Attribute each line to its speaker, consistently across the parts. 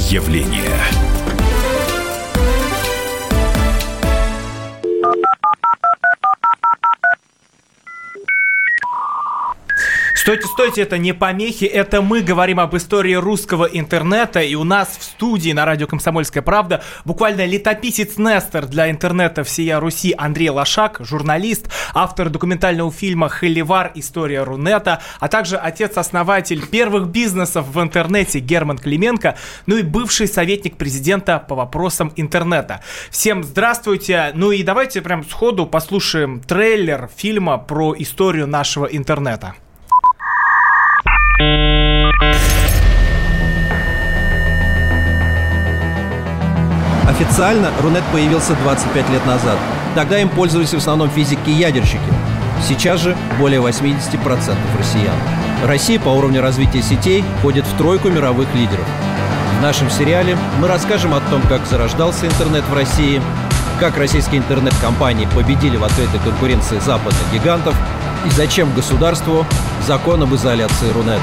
Speaker 1: явление.
Speaker 2: Стойте, это не помехи, это мы говорим об истории русского интернета, и у нас в студии на радио «Комсомольская правда» буквально летописец Нестор для интернета всея Руси Андрей Лошак, журналист, автор документального фильма «Холивар. История Рунета», а также отец-основатель первых бизнесов в интернете Герман Клименко, ну и бывший советник президента по вопросам интернета. Всем здравствуйте, ну и давайте прям сходу послушаем трейлер фильма про историю нашего интернета.
Speaker 3: Официально Рунет появился 25 лет назад. Тогда им пользовались в основном физики и ядерщики. Сейчас же более 80% россиян. Россия по уровню развития сетей входит в тройку мировых лидеров. В нашем сериале мы расскажем о том, как зарождался интернет в России, как российские интернет-компании победили в открытой конкуренции западных гигантов и зачем государству закон об изоляции Рунета.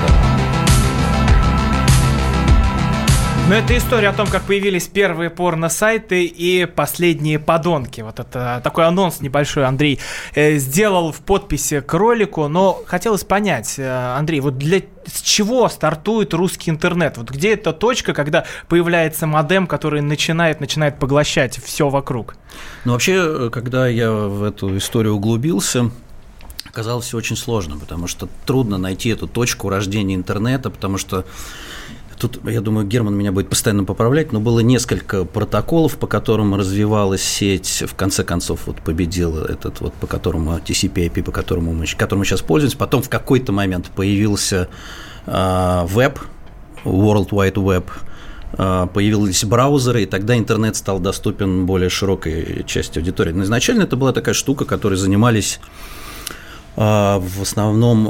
Speaker 2: Но это история о том, как появились первые порно-сайты и последние подонки. Вот это такой анонс небольшой Андрей сделал в подписи к ролику. Но хотелось понять, Андрей, вот с чего стартует русский интернет? Вот где эта точка, когда появляется модем, который начинает поглощать все вокруг?
Speaker 3: Ну, вообще, когда я в эту историю углубился, оказалось все очень сложно, потому что трудно найти эту точку рождения интернета, потому что тут, я думаю, Герман меня будет постоянно поправлять, но было несколько протоколов, по которым развивалась сеть, в конце концов вот победил этот вот, по которому TCP/IP, по которому мы сейчас пользуемся, потом в какой-то момент появился веб, World Wide Web, появились браузеры, и тогда интернет стал доступен более широкой части аудитории. Но изначально это была такая штука, которой занимались в основном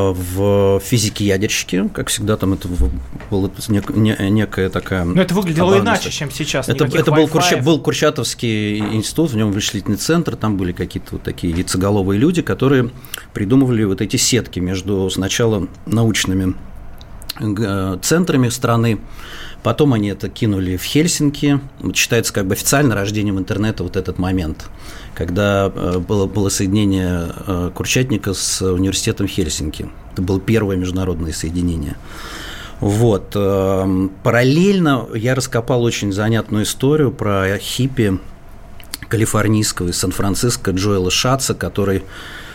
Speaker 3: в физике ядерщики, как всегда, там это была некая такая...
Speaker 2: Но это выглядело иначе, чем сейчас.
Speaker 3: Это был Курчатовский институт, в нем вычислительный центр, там были какие-то вот такие яйцеголовые люди, которые придумывали вот эти сетки между сначала научными центрами страны, потом они это кинули в Хельсинки. Вот считается как бы официально рождением интернета вот этот момент, когда было соединение Курчатника с университетом Хельсинки. Это было первое международное соединение. Вот. Параллельно я раскопал очень занятную историю про хиппи калифорнийского из Сан-Франциско Джоэла Шатца, который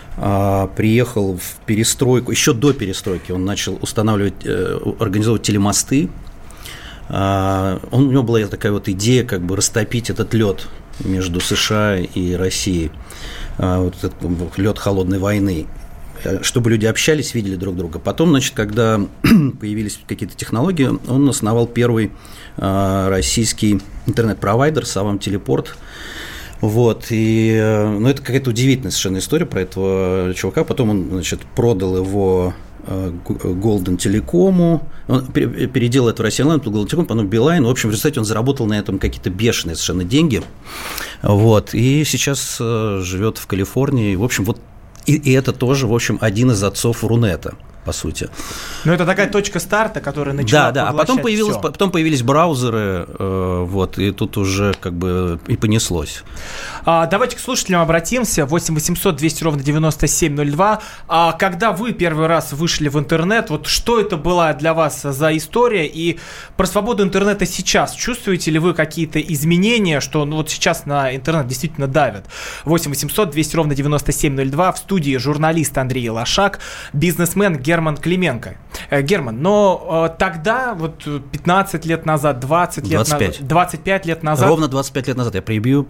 Speaker 3: приехал в перестройку, еще до перестройки он начал организовывать телемосты. У него была такая вот идея как бы растопить этот лед между США и Россией, вот этот лед холодной войны, чтобы люди общались, видели друг друга. Потом, значит, когда появились какие-то технологии, он основал первый российский интернет-провайдер Савам Телепорт. Вот, ну, это какая-то удивительная совершенно история про этого чувака. Потом он, значит, продал его Golden Telecom, он переделал это в Россию Онлайн, Golden Telecom, потом Билайн. В общем, в результате он заработал на этом какие-то бешеные совершенно деньги. Вот, и сейчас живет в Калифорнии. В общем, вот и это тоже, в общем, один из отцов Рунета, по сути.
Speaker 2: Ну, это такая точка старта, которая начала
Speaker 3: поглощать. А потом появились браузеры, вот, и тут уже как бы и понеслось.
Speaker 2: Давайте к слушателям обратимся. 8 800 200 ровно 9702. Когда вы первый раз вышли в интернет, вот что это была для вас за история? И про свободу интернета сейчас чувствуете ли вы какие-то изменения, что ну, вот сейчас на интернет действительно давят? 8 800 200 ровно 9702. В студии журналист Андрей Лошак, бизнесмен Герман Клименко. Герман, но тогда, вот 15 лет назад, 20 лет
Speaker 3: 25.
Speaker 2: назад, 25 лет назад...
Speaker 3: Ровно 25 лет назад, я прибью,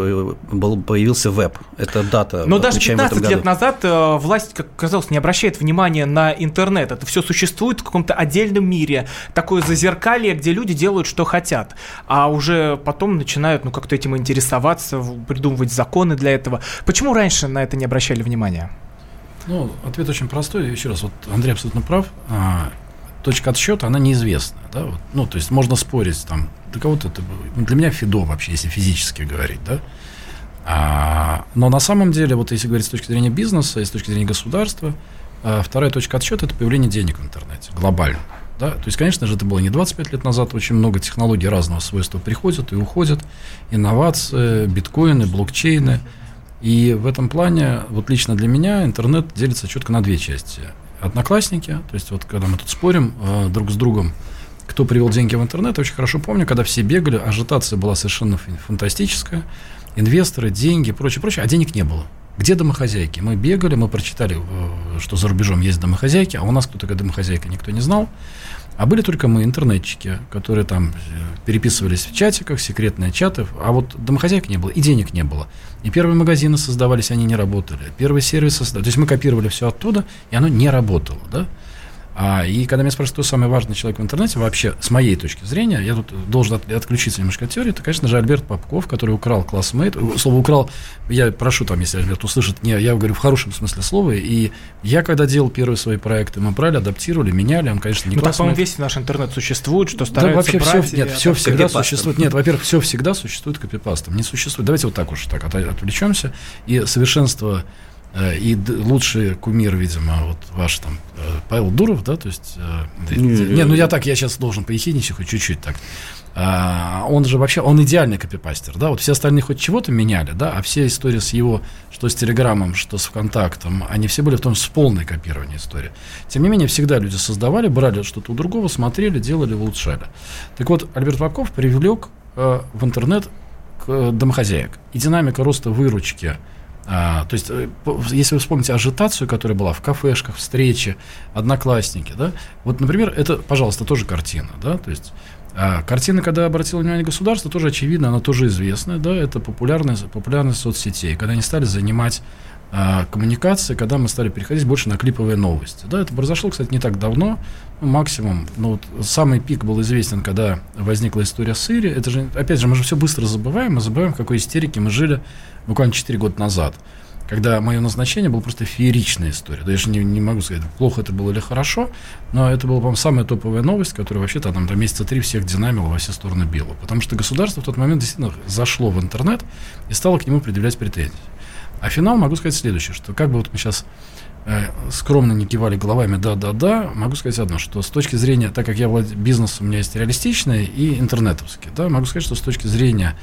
Speaker 3: появился веб. Это дата.
Speaker 2: Но даже 15 лет назад власть, как казалось, не обращает внимания на интернет. Это все существует в каком-то отдельном мире. Такое зазеркалье, где люди делают, что хотят. А уже потом начинают как-то этим интересоваться, придумывать законы для этого. Почему раньше на это не обращали внимания?
Speaker 4: Ну, ответ очень простой. Еще раз, вот Андрей абсолютно прав. Точка отсчета, она неизвестная. Да? Вот, ну, то есть можно спорить там, для кого-то это... Для меня фидо вообще, если физически говорить, да. Но на самом деле, вот если говорить с точки зрения бизнеса и с точки зрения государства, вторая точка отсчета – это появление денег в интернете, глобально. Да? То есть, конечно же, это было не 25 лет назад, очень много технологий разного свойства приходят и уходят, инновации, биткоины, блокчейны. И в этом плане, вот лично для меня, интернет делится четко на две части. Одноклассники, то есть, вот когда мы тут спорим друг с другом, кто привел деньги в интернет, я очень хорошо помню, когда все бегали, ажитация была совершенно фантастическая, инвесторы, деньги, прочее, а денег не было. Где домохозяйки? Мы бегали, мы прочитали, что за рубежом есть домохозяйки, а у нас кто такая домохозяйка, никто не знал. А были только мы, интернетчики, которые там переписывались в чатиках, секретные чаты, а вот домохозяек не было, и денег не было. И первые магазины создавались, они не работали. Первые сервисы создавались. То есть мы копировали все оттуда, и оно не работало, да? И когда меня спрашивают, кто самый важный человек в интернете, вообще, с моей точки зрения, я тут должен отключиться немножко от теории, это, конечно же, Альберт Попков, который украл классмейт. Слово «украл», я прошу, там, если Альберт услышит, я говорю в хорошем смысле слова, и я, когда делал первые свои проекты, мы брали, адаптировали, меняли, он, конечно, не классмейт.
Speaker 2: по-моему, весь наш интернет существует, что стараются
Speaker 4: да, вообще
Speaker 2: брать.
Speaker 4: Все всегда существует. Нет, во-первых, все всегда существует копипастом. Не существует. Давайте вот так уж так отвлечемся. И совершенство... И лучший кумир, видимо, вот ваш там Павел Дуров, да, то есть... я сейчас должен поехидничать хоть чуть-чуть так. Он же вообще, он идеальный копипастер, да, вот все остальные хоть чего-то меняли, да, а все истории с его, что с Телеграмом, что с ВКонтактом, они все были в том, с полной копированием истории. Тем не менее, всегда люди создавали, брали что-то у другого, смотрели, делали, улучшали. Так вот, Альберт Попков привлек в интернет домохозяек. И динамика роста выручки, то есть, если вы вспомните ажитацию, которая была в кафешках, встречи, одноклассники, да, вот, например, это, пожалуйста, тоже картина, да, то есть, картина, когда обратило внимание государство, тоже очевидно, она тоже известная, да, это популярность соцсетей, когда они стали занимать коммуникации, когда мы стали переходить больше на клиповые новости, да, это произошло, кстати, не так давно, максимум, вот самый пик был известен, когда возникла история с Ири, это же, опять же, мы же все быстро забываем, в какой истерике мы жили буквально 4 года назад, когда мое назначение было просто фееричная история. Да, я же не могу сказать, плохо это было или хорошо, но это была, по-моему, самая топовая новость, которая вообще-то там до месяца 3 всех динамила, во все стороны била. Потому что государство в тот момент действительно зашло в интернет и стало к нему предъявлять претензии. А финал могу сказать следующее, что как бы вот мы сейчас скромно не кивали головами да, могу сказать одно, что с точки зрения, так как бизнес у меня есть реалистичный и интернетовский, да, могу сказать, что с точки зрения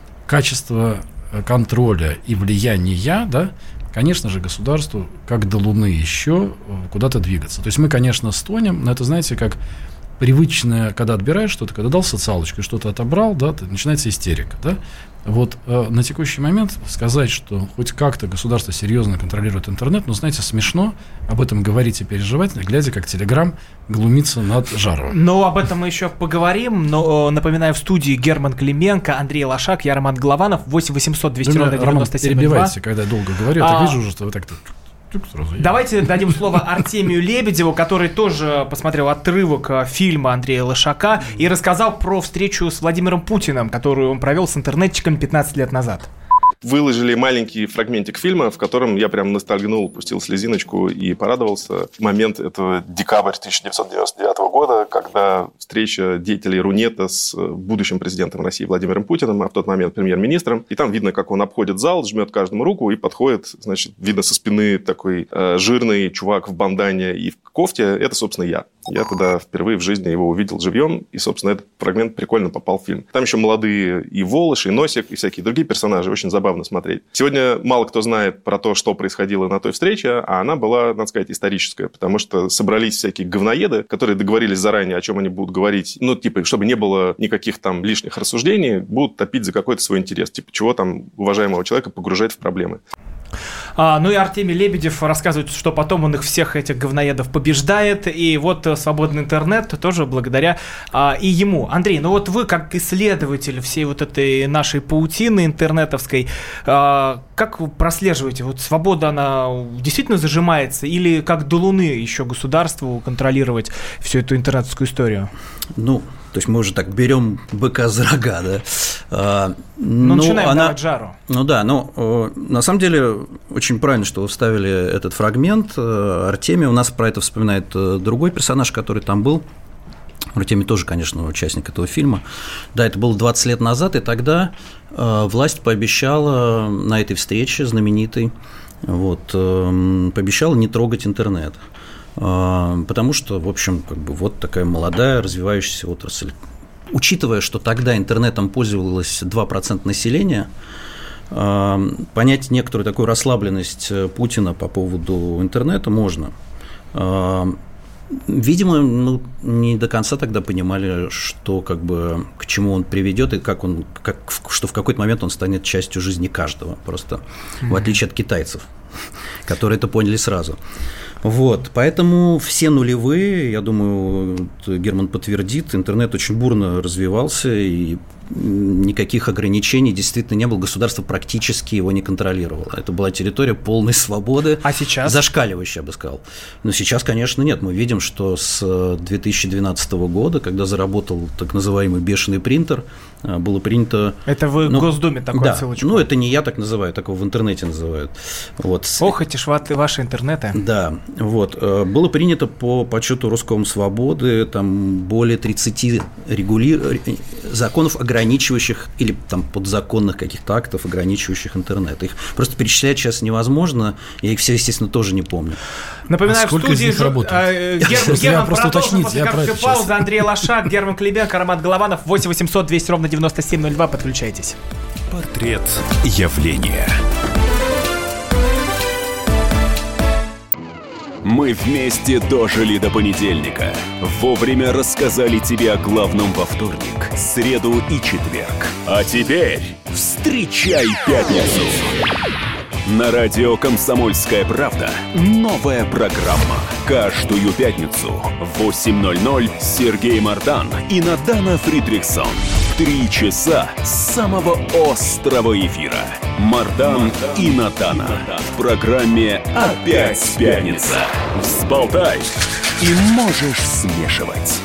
Speaker 4: качества контроля и влияния, да, конечно же, государству, как до Луны еще, куда-то двигаться. То есть мы, конечно, стонем, но это, знаете, как привычное, когда отбираешь что-то, когда дал социалочку и что-то отобрал, да, начинается истерика, да. Вот на текущий момент сказать, что хоть как-то государство серьезно контролирует интернет, ну, знаете, смешно об этом говорить и переживать, глядя, как Телеграм глумится над Жаровым.
Speaker 2: Но об этом мы еще поговорим, но напоминаю, в студии Герман Клименко, Андрей Лошак, я Роман Голованов, 8 800 200 ровно 97 2.
Speaker 4: Перебивайте, когда я долго говорю, я так вижу уже, что вы так-то...
Speaker 2: Давайте дадим слово Артемию Лебедеву, который тоже посмотрел отрывок фильма Андрея Лошака и рассказал про встречу с Владимиром Путиным, которую он провел с интернетчиками 15 лет назад.
Speaker 1: Выложили маленький фрагментик фильма, в котором я прям ностальгнул, пустил слезиночку и порадовался. Момент этого декабрь 1999 года, когда встреча деятелей Рунета с будущим президентом России Владимиром Путиным, а в тот момент премьер-министром. И там видно, как он обходит зал, жмет каждому руку и подходит, значит, видно со спины такой жирный чувак в бандане и в кофте. Это, собственно, я. Я тогда впервые в жизни его увидел живьем, и, собственно, этот фрагмент прикольно попал в фильм. Там еще молодые и Волош, и Носик, и всякие другие персонажи. Очень забавно смотреть. Сегодня мало кто знает про то, что происходило на той встрече, а она была, надо сказать, историческая, потому что собрались всякие говноеды, которые договорились заранее, о чем они будут говорить, ну, типа, чтобы не было никаких там лишних рассуждений, будут топить за какой-то свой интерес, типа, чего там уважаемого человека погружать в проблемы.
Speaker 2: Ну и Артемий Лебедев рассказывает, что потом он их всех этих говноедов побеждает, и вот свободный интернет тоже благодаря и ему. Андрей, ну вот вы как исследователь всей вот этой нашей паутины интернетовской, как вы прослеживаете, вот свобода, она действительно зажимается, или как до Луны еще государству контролировать всю эту интернетовскую историю?
Speaker 3: Ну, то есть мы уже так берем быка за рога, да.
Speaker 2: Начинаем давать жару.
Speaker 3: Ну да, на самом деле очень правильно, что вы вставили этот фрагмент. Артемий, у нас про это вспоминает другой персонаж, который там был. Артемий тоже, конечно, участник этого фильма. Да, это было 20 лет назад, и тогда власть пообещала на этой встрече знаменитой, пообещала не трогать интернет. потому что, в общем, как бы вот такая молодая развивающаяся отрасль. Учитывая, что тогда интернетом пользовалось 2% населения, понять некоторую такую расслабленность Путина по поводу интернета можно. Видимо, не до конца тогда понимали, что как бы к чему он приведет и что в какой-то момент он станет частью жизни каждого, просто в отличие от китайцев, которые это поняли сразу. Вот, поэтому все нулевые, я думаю, Герман подтвердит, интернет очень бурно развивался, и никаких ограничений действительно не было, государство практически его не контролировало. Это была территория полной свободы,
Speaker 2: а сейчас?
Speaker 3: Зашкаливающая, я бы сказал. Но сейчас, конечно, нет. Мы видим, что с 2012 года, когда заработал так называемый бешеный принтер, было принято…
Speaker 2: Это вы в Госдуме такую отсылочку?
Speaker 3: Ну, это не я так называю, так его в интернете называют. Вот.
Speaker 2: Ох, эти ваши интернеты.
Speaker 3: Да, вот. Было принято по подсчету Роскомсвободы там более 30 законов, ограничивающих или там подзаконных каких-то актов, ограничивающих интернет. Их просто перечислять сейчас невозможно, я их все, естественно, тоже не помню.
Speaker 2: Напоминаю,
Speaker 4: сколько
Speaker 2: в студии
Speaker 4: из них работает?
Speaker 2: Герман продолжил после короткой паузы. Андрей Лошак, Герман Клименко, Роман Голованов. 8 800 200 ровно 9702. Подключайтесь.
Speaker 5: Портрет явления. Мы вместе дожили до понедельника. Вовремя рассказали тебе о главном во вторник, среду и четверг. А теперь встречай пятницу. На радио «Комсомольская правда» новая программа. Каждую пятницу в 8:00 Сергей Мардан и Надана Фридрихсон. 3 часа самого острого эфира. Мардан и Надана. В программе «Опять пятница». Взболтай и можешь смешивать.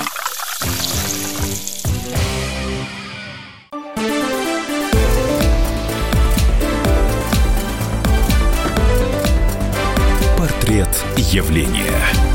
Speaker 5: Портрет явления.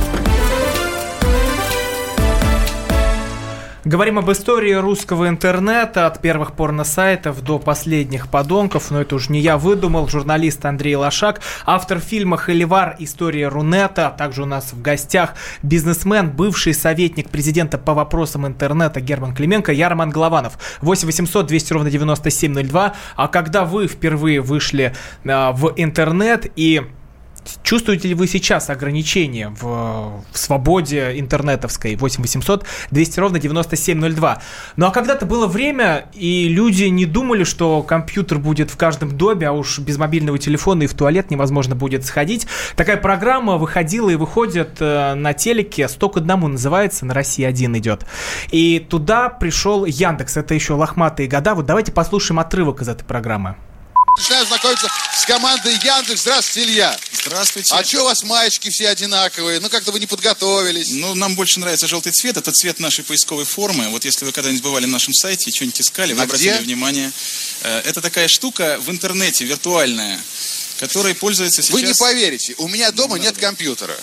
Speaker 2: Говорим об истории русского интернета, от первых порно-сайтов до последних подонков, но это уж не я выдумал, журналист Андрей Лошак, автор фильма «Холивар. История Рунета», а также у нас в гостях бизнесмен, бывший советник президента по вопросам интернета Герман Клименко, я Роман Голованов. 8 800 200 ровно 9702. А когда вы впервые вышли в интернет и... Чувствуете ли вы сейчас ограничения в свободе интернетовской? 8 800 200 ровно 9702. Ну а когда-то было время, и люди не думали, что компьютер будет в каждом доме, а уж без мобильного телефона и в туалет невозможно будет сходить. Такая программа выходила и выходит на телеке «100 к 1» называется, на России 1 идет. И туда пришел Яндекс, это еще лохматые года. Вот давайте послушаем отрывок из этой программы.
Speaker 6: Начинаю знакомиться с командой Яндекс. Здравствуйте, Илья.
Speaker 7: Здравствуйте.
Speaker 6: А что у вас маечки все одинаковые? Ну, как-то вы не подготовились.
Speaker 7: Ну, нам больше нравится желтый цвет. Это цвет нашей поисковой формы. Вот если вы когда-нибудь бывали на нашем сайте, что-нибудь искали, вы обратили внимание. Это такая штука в интернете, виртуальная, которой пользуется сейчас...
Speaker 6: Вы не поверите, у меня дома нет компьютера.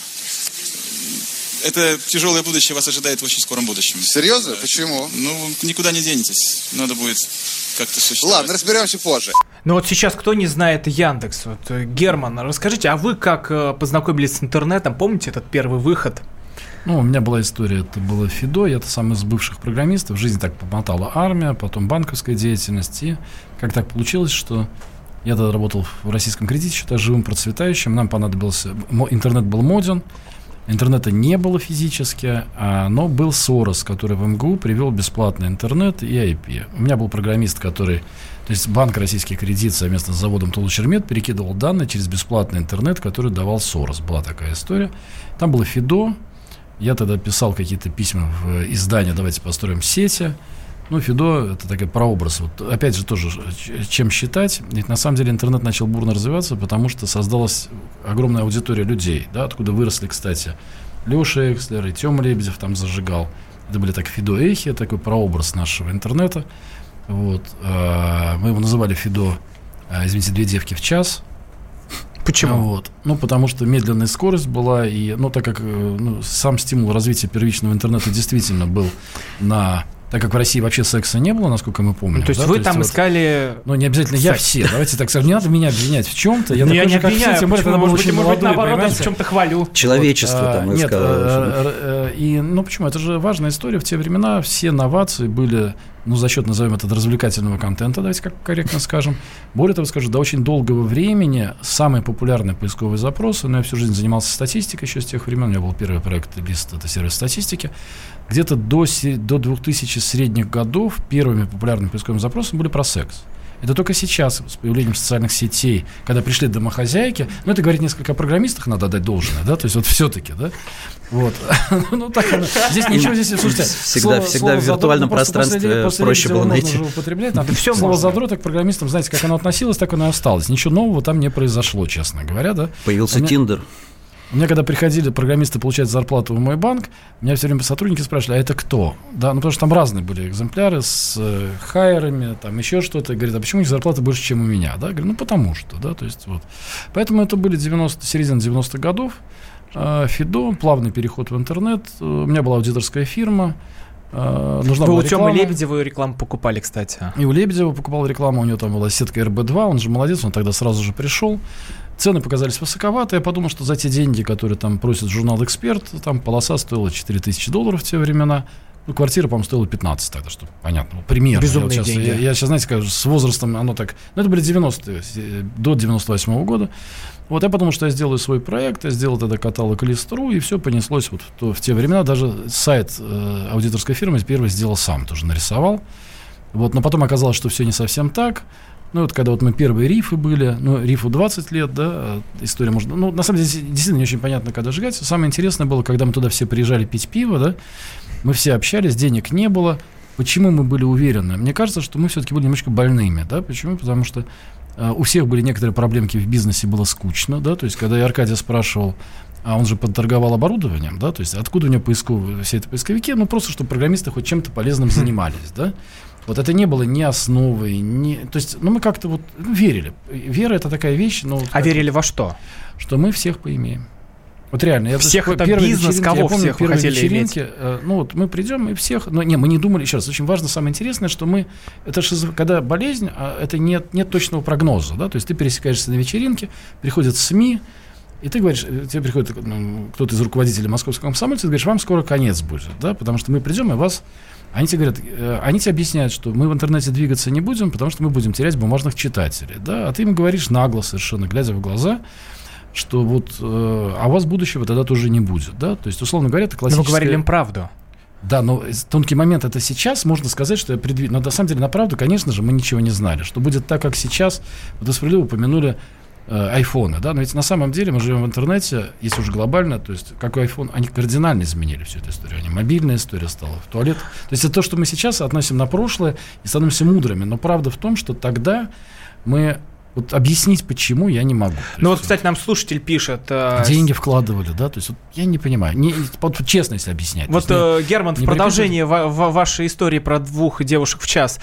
Speaker 7: Это тяжелое будущее вас ожидает в очень скором будущем.
Speaker 6: Серьезно? Почему?
Speaker 7: Ну, никуда не денетесь. Надо будет как-то существовать.
Speaker 6: Ладно, разберемся позже.
Speaker 2: Ну вот сейчас кто не знает Яндекс? Вот, Герман, расскажите, а вы как познакомились с интернетом? Помните этот первый выход?
Speaker 4: Ну, у меня была история, это было ФИДО, я-то сам из бывших программистов, жизнь так помотала армия, потом банковская деятельность, и как так получилось, что я тогда работал в российском кредите, считаю, живым, процветающим, нам понадобился, интернет был моден, интернета не было физически, но был Сорос, который в МГУ привел бесплатный интернет и IP. У меня был программист, который, то есть банк «Российский кредит» совместно с заводом Толучермет перекидывал данные через бесплатный интернет, который давал Сорос. Была такая история. Там было ФИДО. Я тогда писал какие-то письма в издание «Давайте построим сети». Ну, ФИДО – это такой прообраз. Вот, опять же, тоже чем считать. Ведь на самом деле интернет начал бурно развиваться, потому что создалась огромная аудитория людей, да, откуда выросли, кстати, Леша Экслер и Тёма Лебедев там зажигал. Это были так ФИДО-эхи, такой прообраз нашего интернета. Вот. Мы его называли ФИДО, извините, 2 девки в час.
Speaker 2: Почему?
Speaker 4: Вот. Ну, потому что медленная скорость была, и, ну, так как сам стимул развития первичного интернета действительно был на так как в России вообще секса не было, насколько мы помним.
Speaker 2: То есть вы там искали...
Speaker 4: Ну, не обязательно я все. Давайте так скажем, не надо меня обвинять в чем-то.
Speaker 2: Я не обвиняю,
Speaker 4: тем более, когда был очень молодой,
Speaker 2: наоборот, я в чем-то хвалю.
Speaker 3: Человечество там искало.
Speaker 4: Ну, почему? Это же важная история. В те времена все новации были... за счет, назовем это, развлекательного контента, давайте как корректно скажем. Более того, скажу, до очень долгого времени самые популярные поисковые запросы, я всю жизнь занимался статистикой еще с тех времен, у меня был первый проект «Лист», это сервис статистики, где-то до 2000 средних годов первыми популярными поисковыми запросами были про секс. Это только сейчас, с появлением социальных сетей, когда пришли домохозяйки, это говорит несколько о программистах, надо отдать должное, да, то есть все-таки, да, вот. Так, здесь ничего, слушайте.
Speaker 3: Всегда в виртуальном пространстве проще было найти.
Speaker 4: Слово «задрот» к программистам, знаете, как оно относилось, так оно и осталось. Ничего нового там не произошло, честно говоря, да.
Speaker 3: Появился Тиндер.
Speaker 4: У меня, когда приходили программисты получать зарплату в мой банк, меня все время сотрудники спрашивали, а это кто? Да, потому что там разные были экземпляры с хайерами, там еще что-то. Говорят, а почему у них зарплата больше, чем у меня? Да, говорю, потому что, да, то есть вот. Поэтому это были середина 90-х годов. Фидо, плавный переход в интернет. У меня была аудиторская фирма. Нужна
Speaker 2: Вы
Speaker 4: была
Speaker 2: у Тёмы
Speaker 4: реклама.
Speaker 2: Лебедева рекламу покупали, кстати.
Speaker 4: И у Лебедева покупал рекламу, у него там была сетка РБ2, он же молодец, он тогда сразу же пришел. Цены показались высоковаты, я подумал, что за те деньги, которые там просит журнал «Эксперт», там полоса стоила $4000 в те времена. Квартира, по-моему, стоила 15 тогда, чтобы понятно, примерно.
Speaker 2: Безумные деньги.
Speaker 4: Я сейчас, знаете, скажу, с возрастом оно так... это были 90-е, до 98-го года. Вот я подумал, что я сделаю свой проект, я сделал тогда каталог Лист.ру, и все понеслось в те времена. Даже сайт аудиторской фирмы первый сделал сам, тоже нарисовал. Вот, но потом оказалось, что все не совсем так. Когда мы первые рифы были, рифу 20 лет, да, история может... на самом деле, действительно не очень понятно, когда сжигать. Самое интересное было, когда мы туда все приезжали пить пиво, да, мы все общались, денег не было. Почему мы были уверены? Мне кажется, что мы все-таки были немножко больными, да, почему? Потому что у всех были некоторые проблемки в бизнесе, было скучно, да, то есть, когда я Аркадия спрашивал, а он же подторговал оборудованием, да, то есть, откуда у него все это поисковики, просто, чтобы программисты хоть чем-то полезным занимались, да. Вот это не было ни основой, то есть, мы как-то верили. Вера — это такая вещь,
Speaker 2: верили во что?
Speaker 4: Что мы всех поимеем. Вот реально.
Speaker 2: Всех это бизнес, кого всех вы хотели иметь?
Speaker 4: Мы придем и всех... мы не думали, еще раз, очень важно, самое интересное, что когда болезнь, это нет точного прогноза, да, то есть ты пересекаешься на вечеринке, приходят СМИ, и ты говоришь, тебе приходит кто-то из руководителей московского комсомольца, ты говоришь, вам скоро конец будет, да, потому что мы придем, и вас... Они тебе объясящают, что мы в интернете двигаться не будем, потому что мы будем терять бумажных читателей, да, а ты им говоришь нагло совершенно, глядя в глаза, что а у вас будущего тогда тоже не будет, да, то есть, условно говоря, это классическая...
Speaker 2: Но вы говорили им правду.
Speaker 4: Да, но тонкий момент — это сейчас, можно сказать, что но на самом деле на правду, конечно же, мы ничего не знали, что будет так, как сейчас. Вы справедливо упомянули айфоны, да, но ведь на самом деле мы живем в интернете, если уж глобально, то есть какой iPhone, они кардинально изменили всю эту историю, мобильная история стала, в туалет, то есть это то, что мы сейчас относим на прошлое и становимся мудрыми, но правда в том, что тогда мы... объяснить, почему, я не могу.
Speaker 2: Кстати, нам слушатель пишет...
Speaker 4: Деньги вкладывали, да? То есть, я не понимаю. Честно, если объяснять.
Speaker 2: Герман, в продолжение вашей истории про 2 девушек в час.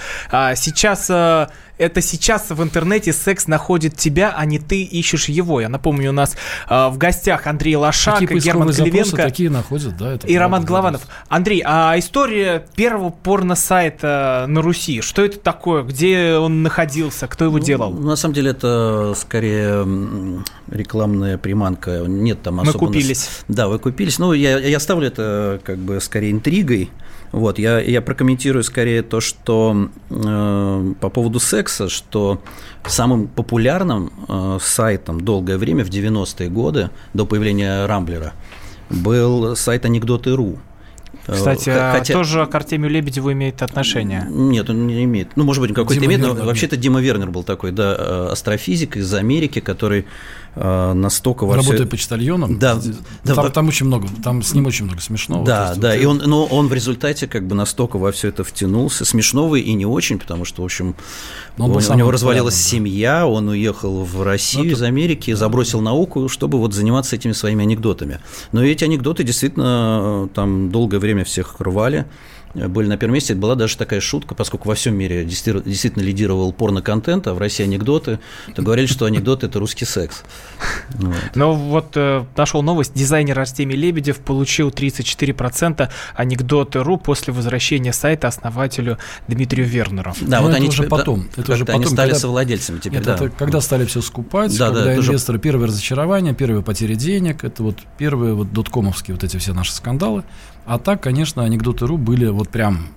Speaker 2: Сейчас в интернете секс находит тебя, а не ты ищешь его. Я напомню, у нас в гостях Андрей Лошак, Герман Клевенко
Speaker 4: такие находят, да,
Speaker 2: и Роман Голованов. Андрей, а история первого порно-сайта на Руси, что это такое? Где он находился? Кто его делал?
Speaker 3: На самом деле это скорее рекламная приманка. Нет там особо...
Speaker 2: Мы купились.
Speaker 3: Да, вы купились. Я ставлю это скорее интригой. Вот, я прокомментирую скорее то, что по поводу секса, что самым популярным сайтом долгое время, в 90-е годы, до появления Рамблера, был сайт «Анекдоты.ру».
Speaker 2: Кстати, тоже к Артемию Лебедеву имеет отношение?
Speaker 3: Нет, он не имеет. Может быть, какой-то имеет, но вообще-то Дима Вернер был такой, да, астрофизик из Америки, который настолько во
Speaker 4: Работая почтальоном?
Speaker 3: Да.
Speaker 4: Там очень много, там с ним очень много смешного.
Speaker 3: Да, и он в результате настолько во все это втянулся, смешного и не очень, потому что, в общем, у него развалилась семья, он уехал в Россию из Америки, забросил науку, чтобы заниматься этими своими анекдотами. Но эти анекдоты действительно там долгое время всех рвали. были на первом месте. Была даже такая шутка, поскольку во всем мире действительно лидировал порно-контент, а в России анекдоты, то говорили, что анекдоты – это русский секс. Вот.
Speaker 2: Но вот нашел новость. Дизайнер Артемий Лебедев получил 34% анекдоты.ру после возвращения сайта основателю Дмитрию Вернеру.
Speaker 3: Да, вот
Speaker 4: это
Speaker 3: они
Speaker 4: уже потом. Это уже потом,
Speaker 3: они стали совладельцами теперь.
Speaker 4: Нет, это когда стали все скупать, когда инвесторы, первое разочарование, первые потери денег, это вот первые вот доткомовские вот эти все наши скандалы. А так, конечно, анекдоты.ру были вот прям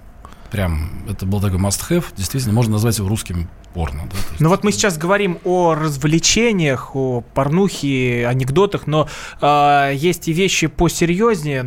Speaker 4: это был такой must-have, действительно, можно назвать его русским порно. Да?
Speaker 2: Ну вот мы сейчас говорим о развлечениях, о порнухе, анекдотах, но есть и вещи посерьезнее.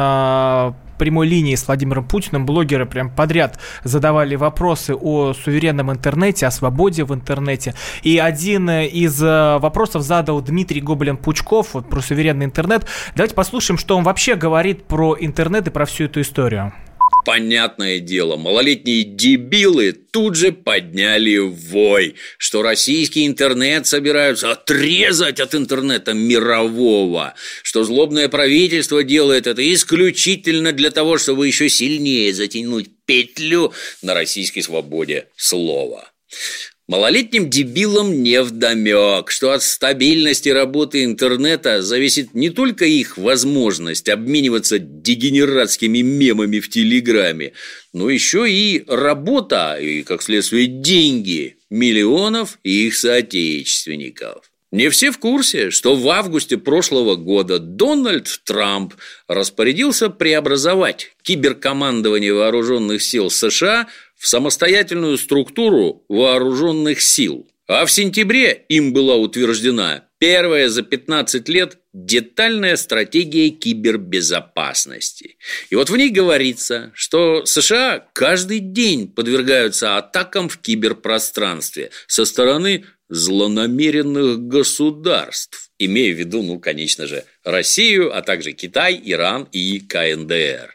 Speaker 2: На прямой линии с Владимиром Путиным блогеры прям подряд задавали вопросы о суверенном интернете, о свободе в интернете. И один из вопросов задал Дмитрий Гобелен-Пучков вот, про суверенный интернет. Давайте послушаем, что он вообще говорит про интернет и про всю эту историю.
Speaker 8: Понятное дело, малолетние дебилы тут же подняли вой, что российский интернет собираются отрезать от интернета мирового, что злобное правительство делает это исключительно для того, чтобы еще сильнее затянуть петлю на российской свободе слова. Малолетним дебилам невдомек, что от стабильности работы интернета зависит не только их возможность обмениваться дегенератскими мемами в Телеграме, но еще и работа и, как следствие, деньги миллионов их соотечественников. Не все в курсе, что в августе прошлого года Дональд Трамп распорядился преобразовать киберкомандование вооруженных сил США в самостоятельную структуру вооруженных сил. А в сентябре им была утверждена первая за 15 лет детальная стратегия кибербезопасности. И вот в ней говорится, что США каждый день подвергаются атакам в киберпространстве со стороны злонамеренных государств, имея в виду, конечно же, Россию, а также Китай, Иран и КНДР.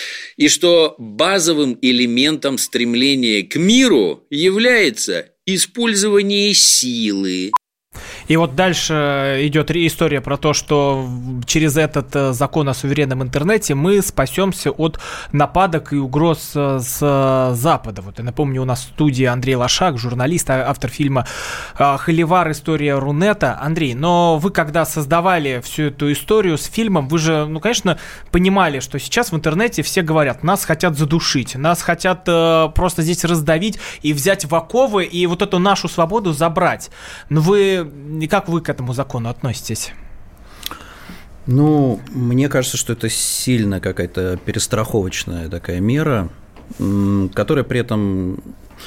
Speaker 8: И что базовым элементом стремления к миру является использование силы.
Speaker 2: И вот дальше идет история про то, что через этот закон о суверенном интернете мы спасемся от нападок и угроз с Запада. Вот я напомню, у нас в студии Андрей Лошак, журналист, автор фильма «Холивар. История Рунета». Андрей, но вы когда создавали всю эту историю с фильмом, вы же, конечно, понимали, что сейчас в интернете все говорят, нас хотят задушить, нас хотят просто здесь раздавить и взять в оковы и вот эту нашу свободу забрать. Но и как вы к этому закону относитесь?
Speaker 3: Мне кажется, что это сильно какая-то перестраховочная такая мера, которая при этом,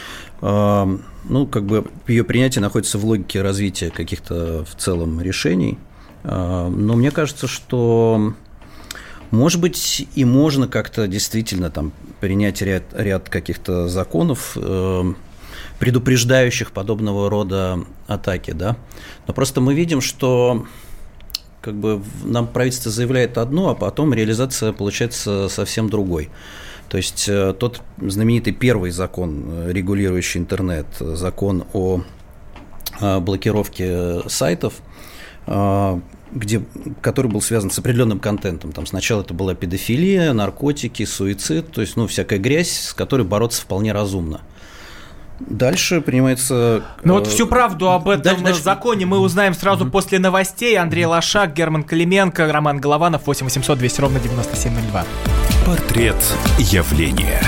Speaker 3: ее принятие находится в логике развития каких-то в целом решений. Но мне кажется, что, может быть, и можно как-то действительно там принять ряд каких-то законов, предупреждающих подобного рода атаки, да. Но просто мы видим, что нам правительство заявляет одно, а потом реализация получается совсем другой. То есть тот знаменитый первый закон, регулирующий интернет, закон о блокировке сайтов, который был связан с определенным контентом. Там сначала это была педофилия, наркотики, суицид, то есть всякая грязь, с которой бороться вполне разумно. Дальше принимается...
Speaker 2: вот всю правду об этом законе мы узнаем сразу после новостей. Андрей Лошак, Герман Клименко, Роман Голованов, 8 800 200 ровно 9702.
Speaker 5: Портрет явления.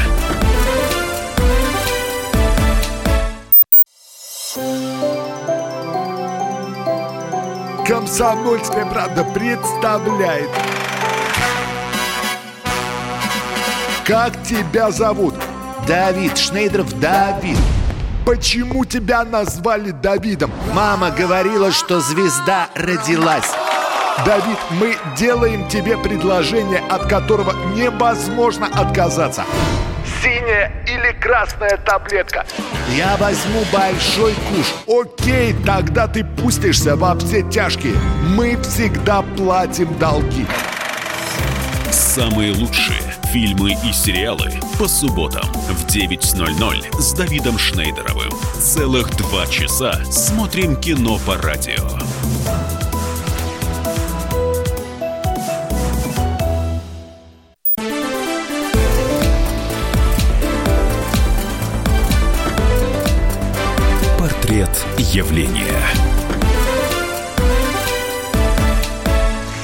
Speaker 9: «Комсомольская правда» представляет. Как тебя зовут?
Speaker 10: Давид, Шнейдров Давид.
Speaker 9: Почему тебя назвали Давидом?
Speaker 10: Мама говорила, что звезда родилась.
Speaker 9: Давид, мы делаем тебе предложение, от которого невозможно отказаться. Синяя или красная таблетка?
Speaker 10: Я возьму большой куш.
Speaker 9: Окей, тогда ты пустишься во все тяжкие. Мы всегда платим долги.
Speaker 5: Самые лучшие фильмы и сериалы по субботам в 9:00 с Давидом Шнейдеровым. Целых 2 часа смотрим кино по радио.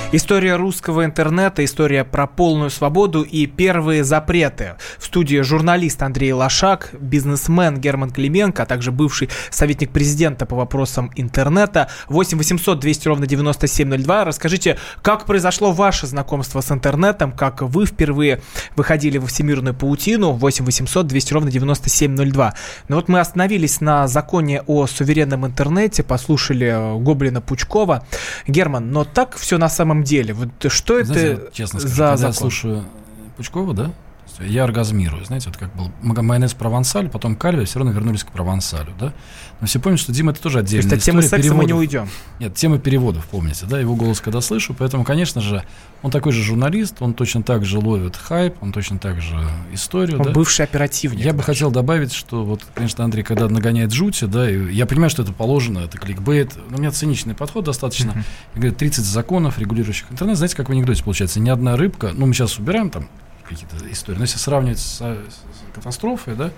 Speaker 2: История русского интернета, история про полную свободу и первые запреты. В студии журналист Андрей Лошак, бизнесмен Герман Клименко, а также бывший советник президента по вопросам интернета. 8 800 200 ровно 9702. Расскажите, как произошло ваше знакомство с интернетом, как вы впервые выходили во всемирную паутину. 8 800 200 ровно 9702. Но вот мы остановились на законе о суверенном интернете, послушали Гоблина Пучкова. Герман, но так все на самом деле. Вот что
Speaker 4: знаете,
Speaker 2: это
Speaker 4: честно скажу,
Speaker 2: за
Speaker 4: когда
Speaker 2: закон?
Speaker 4: я слушаю Пучкова, да, я оргазмирую. Знаете, вот как был майонез Провансаль, потом Кальве, все равно вернулись к Провансалю, да. Но все помнят, что Дима — это тоже отдельная история.
Speaker 2: То есть от темы секса мы не уйдем?
Speaker 4: Нет, тема переводов, помните, да, его голос когда слышу, поэтому, конечно же, он такой же журналист, он точно так же ловит хайп, он точно так же историю,
Speaker 2: он
Speaker 4: да.
Speaker 2: бывший оперативник.
Speaker 4: Я бы хотел добавить, что вот, конечно, Андрей, когда нагоняет жути, да, и я понимаю, что это положено, это кликбейт, но у меня циничный подход достаточно. Я говорю, 30 законов, регулирующих интернет. Знаете, как в анекдоте получается? Ни одна рыбка, ну, мы сейчас убираем там какие-то истории, но если сравнивать с катастрофой, да,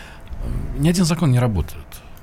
Speaker 4: ни один закон не работает.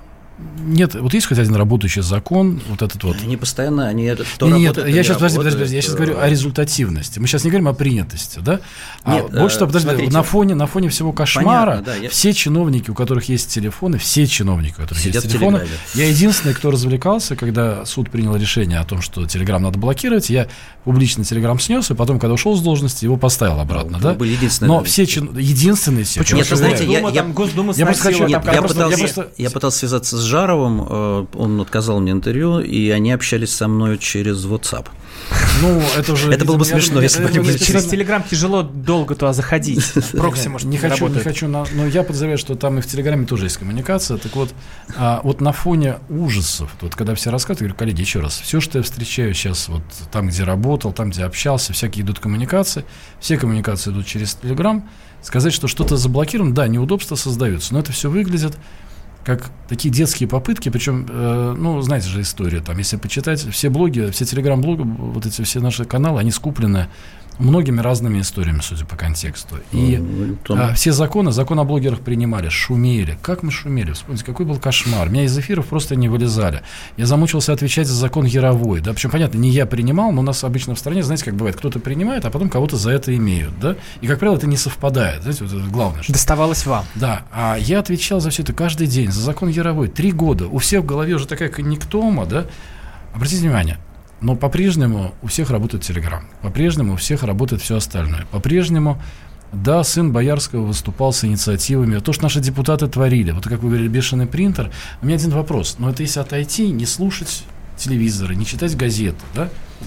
Speaker 4: Нет, вот есть хоть один работающий закон, вот этот вот.
Speaker 3: Они постоянно, они это то
Speaker 4: Нет,
Speaker 3: работают,
Speaker 4: я сейчас, подожди,
Speaker 3: работают,
Speaker 4: я сейчас говорю о результативности. Мы сейчас не говорим о принятости, да?
Speaker 3: Нет,
Speaker 4: больше того, подожди,
Speaker 3: смотрите,
Speaker 4: на фоне всего кошмара,
Speaker 3: понятно, да,
Speaker 4: все чиновники, у которых есть телефоны,
Speaker 3: сидят в
Speaker 4: телефоны,
Speaker 3: Телеграме.
Speaker 4: я единственный, кто развлекался, когда суд принял решение о том, что Телеграм надо блокировать, я публично Телеграм снес, и потом, когда ушел с должности, его поставил обратно, да?
Speaker 3: Был единственный.
Speaker 4: Но все единственные все.
Speaker 3: Почему? Нет, знаете,
Speaker 2: Госдума
Speaker 3: я
Speaker 2: сносила.
Speaker 3: пытался связаться с Жаровым, он отказал мне интервью, и они общались со мной через WhatsApp.
Speaker 4: Ну, это уже...
Speaker 3: Это было бы смешно, если бы они были
Speaker 2: через Телеграм тяжело долго туда заходить. Прокси, может, не
Speaker 4: хочу, но я подозреваю, что там и в Телеграме тоже есть коммуникация. Так вот, вот на фоне ужасов, вот когда все рассказывают, я говорю, коллеги, еще раз, все, что я встречаю сейчас, вот там, где работал, там, где общался, всякие идут коммуникации, все коммуникации идут через Телеграм. Сказать, что что-то заблокировано, да, неудобства создаются, но это все выглядит как такие детские попытки, причем, ну, знаете же историю, там, если почитать, все блоги, все телеграм-блоги, вот эти все наши каналы, они скуплены многими разными историями, судя по контексту. И все закон о блогерах принимали, шумели. Как мы шумели? Вспомните, какой был кошмар. Меня из эфиров просто не вылезали. Я замучился отвечать за закон Яровой. Да? Причем, понятно, не я принимал, но у нас обычно в стране, знаете, как бывает, кто-то принимает, а потом кого-то за это имеют. Да? И, как правило, это не совпадает. Знаете, вот это главное. Что...
Speaker 2: Доставалось вам.
Speaker 4: Да. А я отвечал за все это каждый день, за закон Яровой. 3 года. У всех в голове уже такая конъюнктома, да? Обратите внимание. Но по-прежнему у всех работает Телеграм. По-прежнему у всех работает все остальное. По-прежнему, да, сын Боярского выступал с инициативами. То, что наши депутаты творили. Вот как вы говорили, бешеный принтер. У меня один вопрос. Но это если отойти, не слушать телевизоры, не читать газеты, да?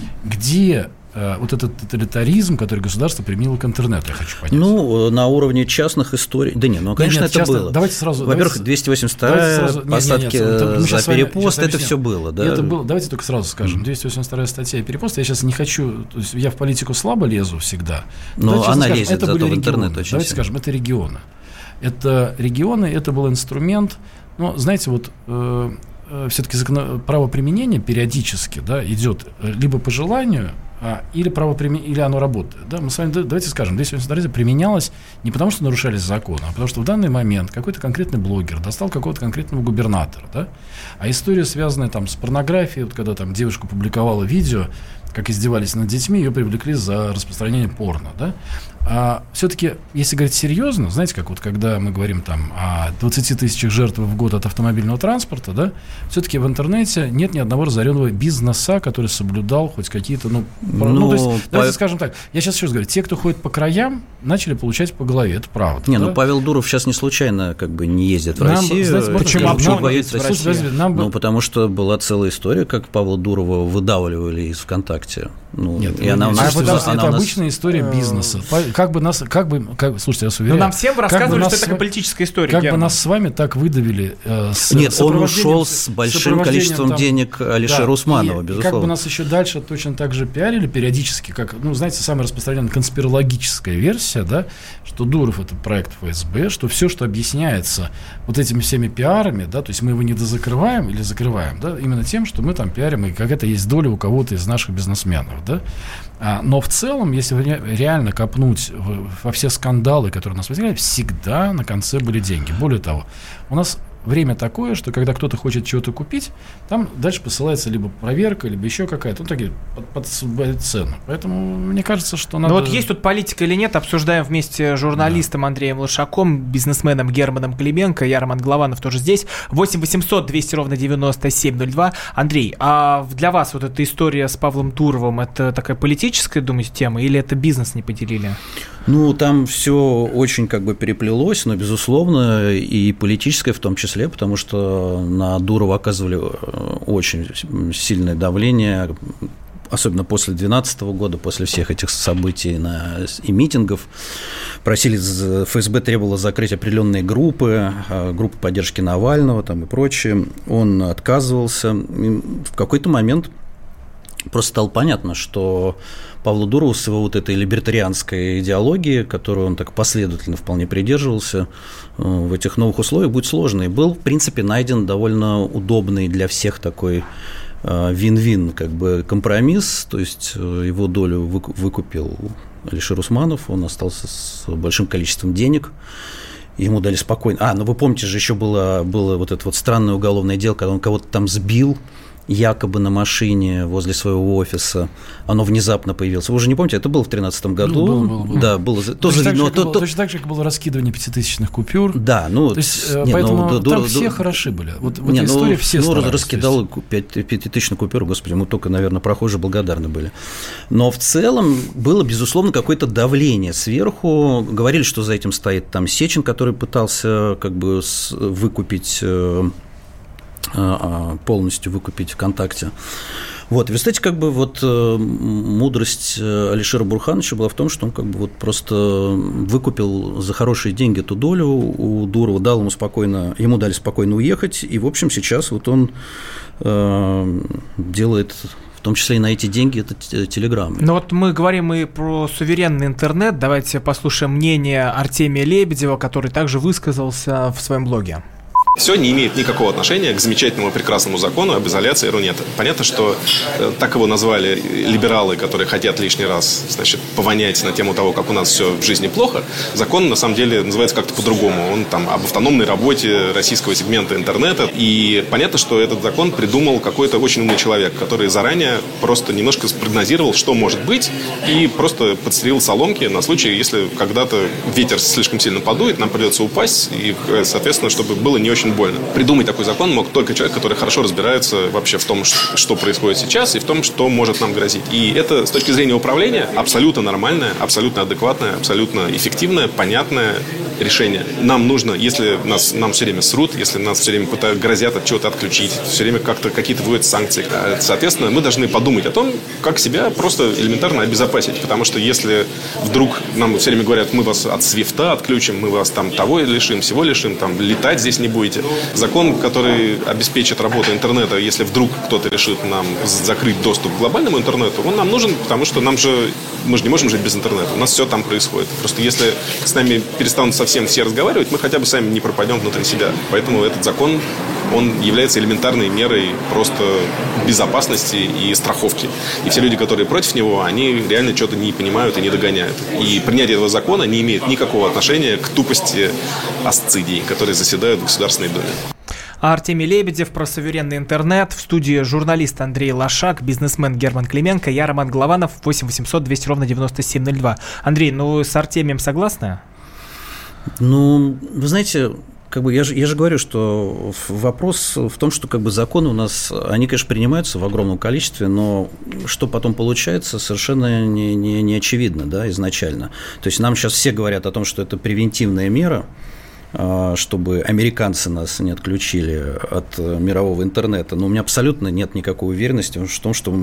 Speaker 4: Где вот этот тоталитаризм, который государство применило к интернету, я хочу понять.
Speaker 3: Ну, на уровне частных историй. Да нет, ну, конечно, нет, это часто, было.
Speaker 4: Давайте сразу.
Speaker 3: Во-первых, 282 посадки за перепост, это все было, да?
Speaker 4: Это было. Давайте только сразу скажем. 282 статья и перепост. Я сейчас не хочу. То есть я в политику слабо лезу всегда.
Speaker 3: Но она лезет зато в интернет очень.
Speaker 4: Давайте скажем, это регионы. Это регионы, это был инструмент. Но, знаете, вот все-таки правоприменение периодически, да, идет либо по желанию, или оно работает. Да? Мы с вами, давайте скажем, 282 применялось не потому, что нарушались законы, а потому что в данный момент какой-то конкретный блогер достал какого-то конкретного губернатора. Да? А история, связанная там, с порнографией, вот, когда там девушка публиковала видео, как издевались над детьми, ее привлекли за распространение порно. Да? А все-таки, если говорить серьезно, знаете, как вот когда мы говорим там о 20 тысячах жертв в год от автомобильного транспорта, да, все-таки в интернете нет ни одного разоренного бизнеса, который соблюдал хоть какие-то, то есть, давайте скажем так, я сейчас еще раз говорю, те, кто ходит по краям, начали получать по голове, это правда.
Speaker 3: Не,
Speaker 4: да?
Speaker 3: ну Павел Дуров сейчас не случайно как бы не ездит в Россию.
Speaker 4: Знаете,
Speaker 3: почему боится России? Ну, потому что была целая история, как Павла Дурова выдавливали из ВКонтакте. Ну,
Speaker 4: нет,
Speaker 3: и она у нас,
Speaker 4: это обычная история бизнеса. Слушайте, я вас уверяю.
Speaker 2: Но нам всем рассказывали, что это такая политическая история.
Speaker 4: Как бы нас с вами так выдавили
Speaker 3: Нет, он ушел с большим количеством денег Алишера Усманова, безусловно.
Speaker 4: Как бы нас еще дальше точно так же пиарили периодически, как, ну, знаете, самая распространенная конспирологическая версия, да, что Дуров — это проект ФСБ, что все, что объясняется вот этими всеми пиарами, да, то есть мы его не дозакрываем или закрываем, да, именно тем, что мы там пиарим, и какая-то есть доля у кого-то из наших бизнесменов, да. Но в целом, если реально копнуть во все скандалы, которые у нас возникали, всегда на конце были деньги. Более того, у нас время такое, что когда кто-то хочет чего-то купить, там дальше посылается либо проверка, либо еще какая-то, ну, такие, под цену. Поэтому мне кажется, что надо...
Speaker 2: Но вот есть тут политика или нет, обсуждаем вместе с журналистом Андреем Лошаком, бизнесменом Германом Клименко, я Роман Голованов тоже здесь. 8 800 200 ровно 9702. Андрей, а для вас вот эта история с Павлом Дуровым, это такая политическая, думаете, тема, или это бизнес не поделили?
Speaker 3: Ну, там все очень как бы переплелось, но, безусловно, и политическое в том числе, потому что на Дурова оказывали очень сильное давление, особенно после 2012 года, после всех этих событий и митингов. Просили, ФСБ требовало закрыть определенные группы поддержки Навального там, и прочее. Он отказывался. И в какой-то момент просто стало понятно, что Павлу Дурову с его вот этой либертарианской идеологией, которую он так последовательно вполне придерживался, в этих новых условиях будет сложно. И был, в принципе, найден довольно удобный для всех такой вин-вин как бы компромисс, то есть его долю выкупил Алишер Усманов, он остался с большим количеством денег, ему дали спокойно. Ну вы помните же, еще было вот это вот странное уголовное дело, когда он кого-то там сбил, якобы на машине возле своего офиса, оно внезапно появилось. Вы уже не помните, это было в 2013 году.
Speaker 4: Было.
Speaker 3: Да, было.
Speaker 4: Точно так же, как было раскидывание 5000-х купюр.
Speaker 3: Да, ну...
Speaker 4: То есть, поэтому там все хороши были. Вот в этой истории все старались.
Speaker 3: Раскидал 5000-ную купюру, господи, мы только, наверное, прохожие благодарны были. Но в целом было, безусловно, какое-то давление сверху. Говорили, что за этим стоит там Сечин, который пытался как бы выкупить... полностью выкупить ВКонтакте. Вот, вы знаете, как бы вот мудрость Алишера Бурхановича была в том, что он как бы вот просто выкупил за хорошие деньги эту долю у Дурова, ему дали спокойно уехать, и, в общем, сейчас вот он делает... в том числе и на эти деньги, это телеграммы.
Speaker 2: Но вот мы говорим и про суверенный интернет. Давайте послушаем мнение Артемия Лебедева, который также высказался в своем блоге.
Speaker 1: Все не имеет никакого отношения к замечательному прекрасному закону об изоляции Рунета. Понятно, что так его назвали либералы, которые хотят лишний раз, значит, повонять на тему того, как у нас все в жизни плохо. Закон, на самом деле, называется как-то по-другому. Он там об автономной работе российского сегмента интернета. И понятно, что этот закон придумал какой-то очень умный человек, который заранее просто немножко спрогнозировал, что может быть, и просто подстелил соломки на случай, если когда-то ветер слишком сильно подует, нам придется упасть, и, соответственно, чтобы было не очень больно. Придумать такой закон мог только человек, который хорошо разбирается вообще в том, что происходит сейчас, и в том, что может нам грозить. И это с точки зрения управления абсолютно нормальное, абсолютно адекватное, абсолютно эффективное, понятное решение. Нам нужно, если нам все время срут, если нас все время грозят от чего-то отключить, все время как-то какие-то вводят санкции, соответственно, мы должны подумать о том, как себя просто элементарно обезопасить. Потому что если вдруг нам все время говорят, мы вас от свифта отключим, мы вас там того лишим, всего лишим, там летать здесь не будете. Закон, который обеспечит работу интернета, если вдруг кто-то решит нам закрыть доступ к глобальному интернету, он нам нужен, потому что мы же не можем жить без интернета. У нас все там происходит. Просто если с нами перестанут совсем все разговаривать, мы хотя бы сами не пропадем внутри себя. Поэтому этот закон, он является элементарной мерой просто безопасности и страховки. И все люди, которые против него, они реально что-то не понимают и не догоняют. И принятие этого закона не имеет никакого отношения к тупости асцидий, которые заседают в Государственной Думе.
Speaker 2: Артемий Лебедев про суверенный интернет. В студии журналист Андрей Лошак, бизнесмен Герман Клименко, я Роман Голованов. 8 800 200 ровно 9702. Андрей, ну с Артемием согласны?
Speaker 3: Ну, вы знаете, как бы я же говорю, что вопрос в том, что как бы законы у нас, они, конечно, принимаются в огромном количестве, но что потом получается, совершенно не очевидно, да, изначально. То есть нам сейчас все говорят о том, что это превентивная мера, чтобы американцы нас не отключили от мирового интернета. Но у меня абсолютно нет никакой уверенности в том, что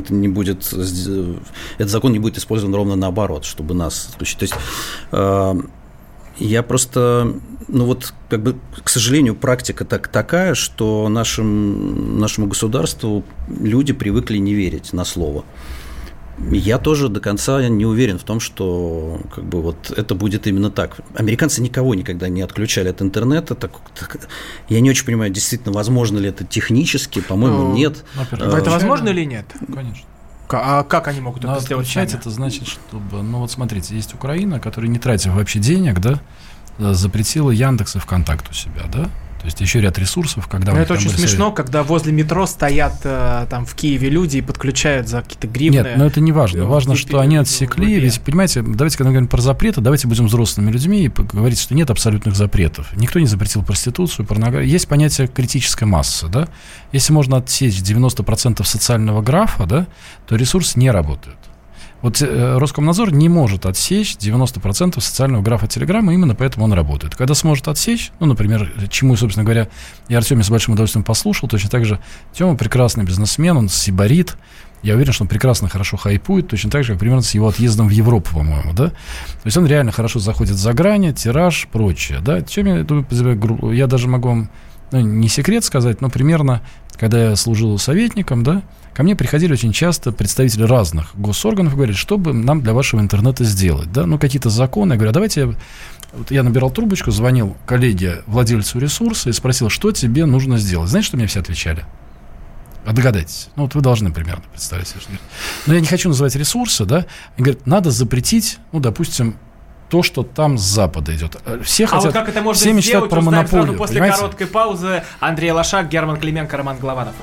Speaker 3: этот закон не будет использован ровно наоборот, чтобы нас отключить. То есть я просто, как бы, к сожалению, практика такая, что нашему государству люди привыкли не верить на слово. Я тоже до конца не уверен в том, что как бы вот это будет именно так. Американцы никого никогда не отключали от интернета. Я не очень понимаю, действительно, возможно ли это технически, по-моему, нет.
Speaker 2: Это возможно или нет?
Speaker 4: Конечно.
Speaker 2: А как они могут это сделать?
Speaker 4: Отключать это значит, чтобы... смотрите, есть Украина, которая, не тратив вообще денег, да, запретила Яндекс и ВКонтакт у себя, да? То есть еще ряд ресурсов, когда...
Speaker 2: Это очень смешно, когда возле метро стоят там в Киеве люди и подключают за какие-то гривны.
Speaker 4: Нет, но это не важно. Важно, что они отсекли. Ведь, понимаете, давайте, когда мы говорим про запреты, давайте будем взрослыми людьми и говорить, что нет абсолютных запретов. Никто не запретил проституцию, порнографию. Есть понятие критической массы, да? Если можно отсечь 90% социального графа, да, то ресурс не работает. Вот Роскомнадзор не может отсечь 90% социального графа Телеграма, именно поэтому он работает. Когда сможет отсечь, ну, например, чему, собственно говоря, я Артёма с большим удовольствием послушал, точно так же Тёма прекрасный бизнесмен, он сибарит, я уверен, что он прекрасно, хорошо хайпует, точно так же, как примерно с его отъездом в Европу, по-моему, да? То есть он реально хорошо заходит за грани, тираж, прочее, да? Тёме, я даже могу вам, не секрет сказать, но примерно, когда я служил советником, да, ко мне приходили очень часто представители разных госорганов и говорили, что бы нам для вашего интернета сделать, да, ну, какие-то законы. Я говорю, давайте я набирал трубочку, звонил коллеге, владельцу ресурса и спросил, что тебе нужно сделать. Знаете, что мне все отвечали? А догадайтесь. Ну, вот вы должны примерно представить себе, что... Но я не хочу называть ресурсы, да. И говорят, надо запретить, ну, допустим, то, что там с Запада идет. Все хотят,
Speaker 2: вот как это можно
Speaker 4: все мечтают про монополию.
Speaker 2: После
Speaker 4: понимаете?
Speaker 2: Короткой паузы Андрей Лошак, Герман Клименко, Роман Голованов.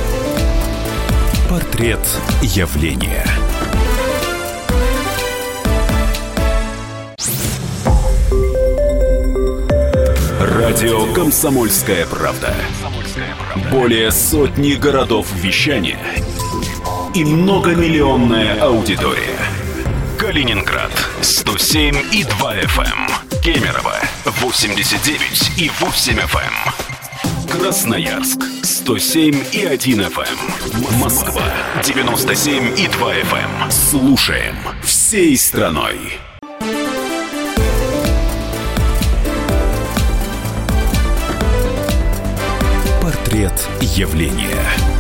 Speaker 5: Портрет явления. Радио «Комсомольская правда». Более сотни городов вещания и многомиллионная аудитория. Калининград 107,2 FM. Кемерово 89,8 FM. Красноярск 107,1 FM. Москва 97,2 FM. Слушаем всей страной. Портрет явления.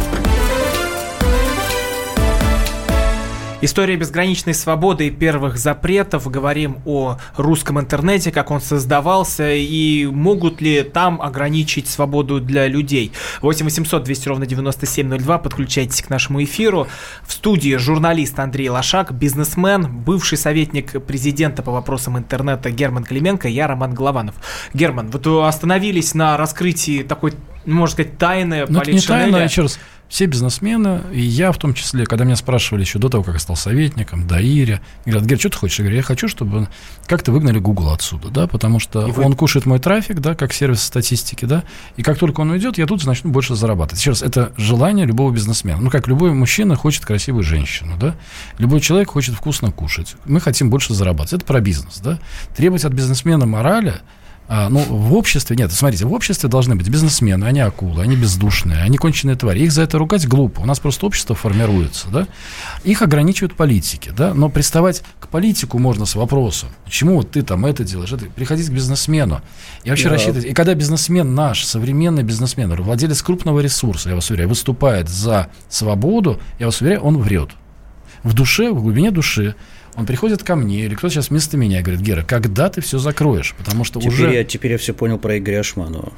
Speaker 2: История безграничной свободы и первых запретов. Говорим о русском интернете, как он создавался, и могут ли там ограничить свободу для людей. 8 800 200 ровно 9702. Подключайтесь к нашему эфиру. В студии журналист Андрей Лошак, бизнесмен, бывший советник президента по вопросам интернета Герман Клименко, я Роман Голованов. Герман, вот остановились на раскрытии такой, можно сказать, тайны политшинеля.
Speaker 4: Это не тайна, еще раз. Все бизнесмены, и я в том числе, когда меня спрашивали еще до того, как я стал советником, до Ири, говорят, Гер, что ты хочешь? Я говорю, я хочу, чтобы как-то выгнали Google отсюда, да, потому что он кушает мой трафик, да, как сервис статистики, да, и как только он уйдет, я тут начну больше зарабатывать. Еще раз, это желание любого бизнесмена. Ну, как любой мужчина хочет красивую женщину, да, любой человек хочет вкусно кушать. Мы хотим больше зарабатывать. Это про бизнес, да. Требовать от бизнесмена морали. Ну, в обществе, нет, смотрите, в обществе должны быть бизнесмены, они акулы, они бездушные, они конченые твари. Их за это ругать глупо. У нас просто общество формируется, да. Их ограничивают политики, да. Но приставать к политику можно с вопросом, почему вот ты там это делаешь, это, приходить к бизнесмену. И вообще рассчитывать. И когда бизнесмен наш, современный бизнесмен, владелец крупного ресурса, я вас уверяю, выступает за свободу, я вас уверяю, он врет. В душе, в глубине души. Он приходит ко мне, или кто-то сейчас вместо меня и говорит, Гера, когда ты все закроешь? Потому что
Speaker 3: теперь я все понял про Игоря Ашманова.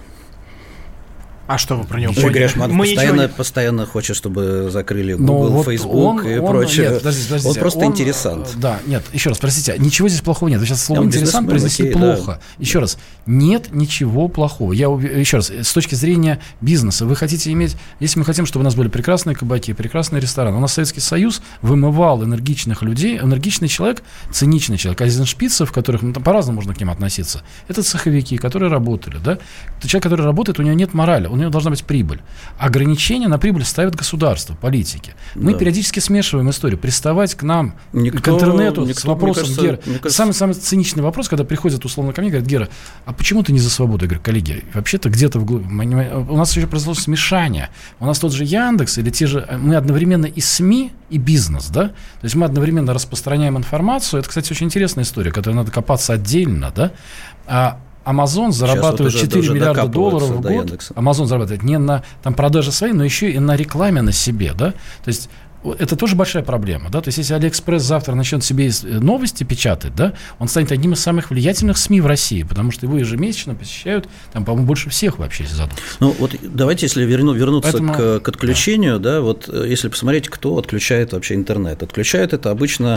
Speaker 2: А что вы про него
Speaker 3: поняли? Игорь Ашманов постоянно хочет, чтобы закрыли Google, Facebook и прочее.
Speaker 4: Нет, подождите,
Speaker 3: он просто интересант.
Speaker 4: Да, нет, еще раз, простите, ничего здесь плохого нет. Вы сейчас слово «интересант» произнесли плохо. Да. Еще раз, нет ничего плохого. Еще раз, с точки зрения бизнеса, вы хотите иметь... Если мы хотим, чтобы у нас были прекрасные кабаки, прекрасные рестораны, у нас Советский Союз вымывал энергичных людей. Энергичный человек, циничный человек. Айзеншпицев, в которых по-разному можно к ним относиться, это цеховики, которые работали. Да? Человек, который работает, у него нет морали. У него должна быть прибыль. Ограничения на прибыль ставят государство, политики. Мы периодически смешиваем историю. Приставать к нам, к интернету с вопросом, Гера. Самый циничный вопрос, когда приходят условно ко мне и говорят, Гера, а почему ты не за свободу? Я говорю, коллеги, вообще-то где-то у нас еще произошло смешание. У нас тот же Яндекс или те же... Мы одновременно и СМИ, и бизнес, да? То есть мы одновременно распространяем информацию. Это, кстати, очень интересная история, которой надо копаться отдельно, да? Amazon зарабатывает 4 миллиарда долларов в год. Amazon зарабатывает не на продаже своей, но еще и на рекламе на себе, да? То есть это тоже большая проблема, да, то есть если Алиэкспресс завтра начнет себе новости печатать, да, он станет одним из самых влиятельных СМИ в России, потому что его ежемесячно посещают, там, по-моему, больше всех вообще, если задуматься.
Speaker 3: Ну, вот давайте, если вернуться к отключению, да, вот если посмотреть, кто отключает вообще интернет. Отключают это обычно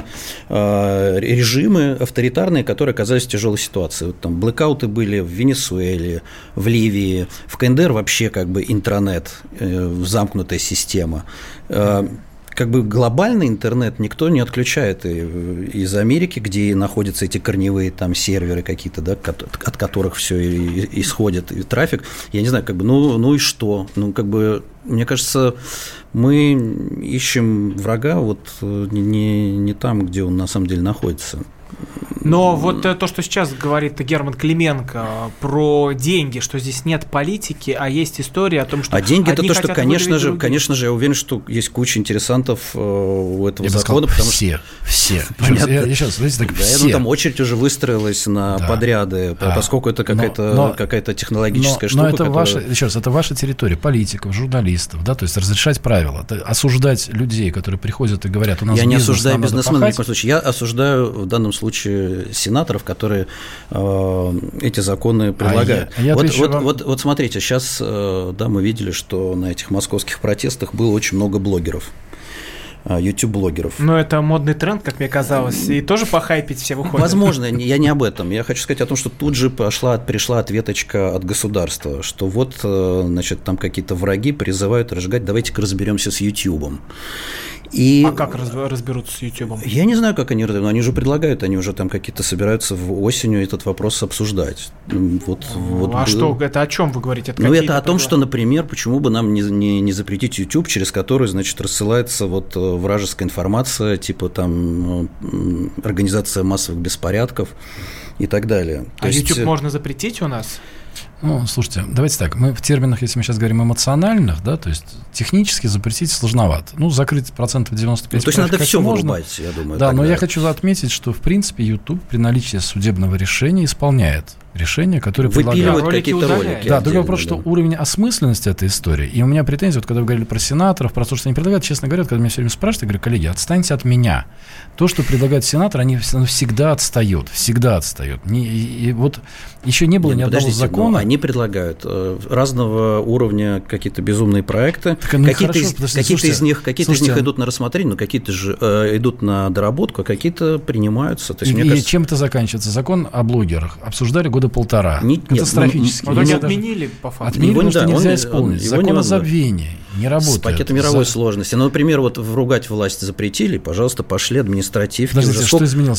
Speaker 3: режимы авторитарные, которые оказались в тяжелой ситуации. Вот там блэкауты были в Венесуэле, в Ливии, в КНДР вообще как бы интранет, замкнутая система. Как бы глобальный интернет никто не отключает из Америки, где находятся эти корневые там серверы какие-то, да, от которых все исходит и трафик. Я не знаю, как бы, ну и что? Ну, как бы, мне кажется, мы ищем врага вот не там, где он на самом деле находится.
Speaker 2: Но вот то, что сейчас говорит Герман Клименко про деньги, что здесь нет политики, а есть история о том, что...
Speaker 3: А деньги – это то, что, конечно же, я уверен, что есть куча интересантов у этого закона.
Speaker 4: Потому все. Я сейчас, знаете, так, все.
Speaker 3: Ну, там очередь уже выстроилась на подряды, поскольку это какая-то технологическая штука.
Speaker 4: Но это ваша, еще раз, это ваша территория, политиков, журналистов, да, то есть разрешать правила, осуждать людей, которые приходят и говорят, у нас
Speaker 3: бизнес, я не осуждаю бизнесменов, в никаком случае. Я осуждаю в данном случае сенаторов, которые эти законы предлагают. Вот смотрите, сейчас да, мы видели, что на этих московских протестах было очень много блогеров. YouTube-блогеров.
Speaker 2: Но это модный тренд, как мне казалось, и тоже похайпить все выходят.
Speaker 3: Возможно, я не об этом. Я хочу сказать о том, что тут же пришла ответочка от государства, что вот, значит, там какие-то враги призывают разжигать, давайте-ка разберемся с YouTube.
Speaker 2: А как разберутся с YouTube?
Speaker 3: Я не знаю, как они же предлагают, они уже там какие-то собираются осенью этот вопрос обсуждать.
Speaker 2: Что, это о чем вы говорите?
Speaker 3: Это о том, что, например, почему бы нам не запретить YouTube, через который, значит, рассылается вот вражеская информация, типа там организация массовых беспорядков и так далее.
Speaker 2: YouTube можно запретить у нас?
Speaker 4: Ну, слушайте, давайте так, мы в терминах, если мы сейчас говорим эмоциональных, да, то есть технически запретить сложновато. Ну, закрыть 95%.
Speaker 3: То есть надо все вырубать, я думаю.
Speaker 4: Да, но я хочу отметить, что, в принципе, YouTube при наличии судебного решения исполняет решения, которые
Speaker 3: предлагают. Выпиливают какие-то ролики.
Speaker 4: Да, другой вопрос, что уровень осмысленности этой истории, и у меня претензии, вот когда вы говорили про сенаторов, про то, что они предлагают, честно говоря, когда меня все время спрашивают, я говорю, коллеги, отстаньте от меня. То, что предлагает сенатор, они всегда отстают. И вот еще не было ни одного закона.
Speaker 3: Они предлагают разного уровня какие-то безумные проекты. Какие-то из них идут на рассмотрение, но какие-то же идут на доработку, а какие-то принимаются. То есть,
Speaker 4: и чем это заканчивается? Закон о блогерах обсуждали года полтора. Катастрофически.
Speaker 2: Они отменили, по факту.
Speaker 4: Отменили, потому что нельзя исполнить. Закон о забвении не работает.
Speaker 3: С пакетом мировой сложности. Ну, например, вот ругать власть запретили, пожалуйста, пошли административки.
Speaker 4: Подождите, что изменилось?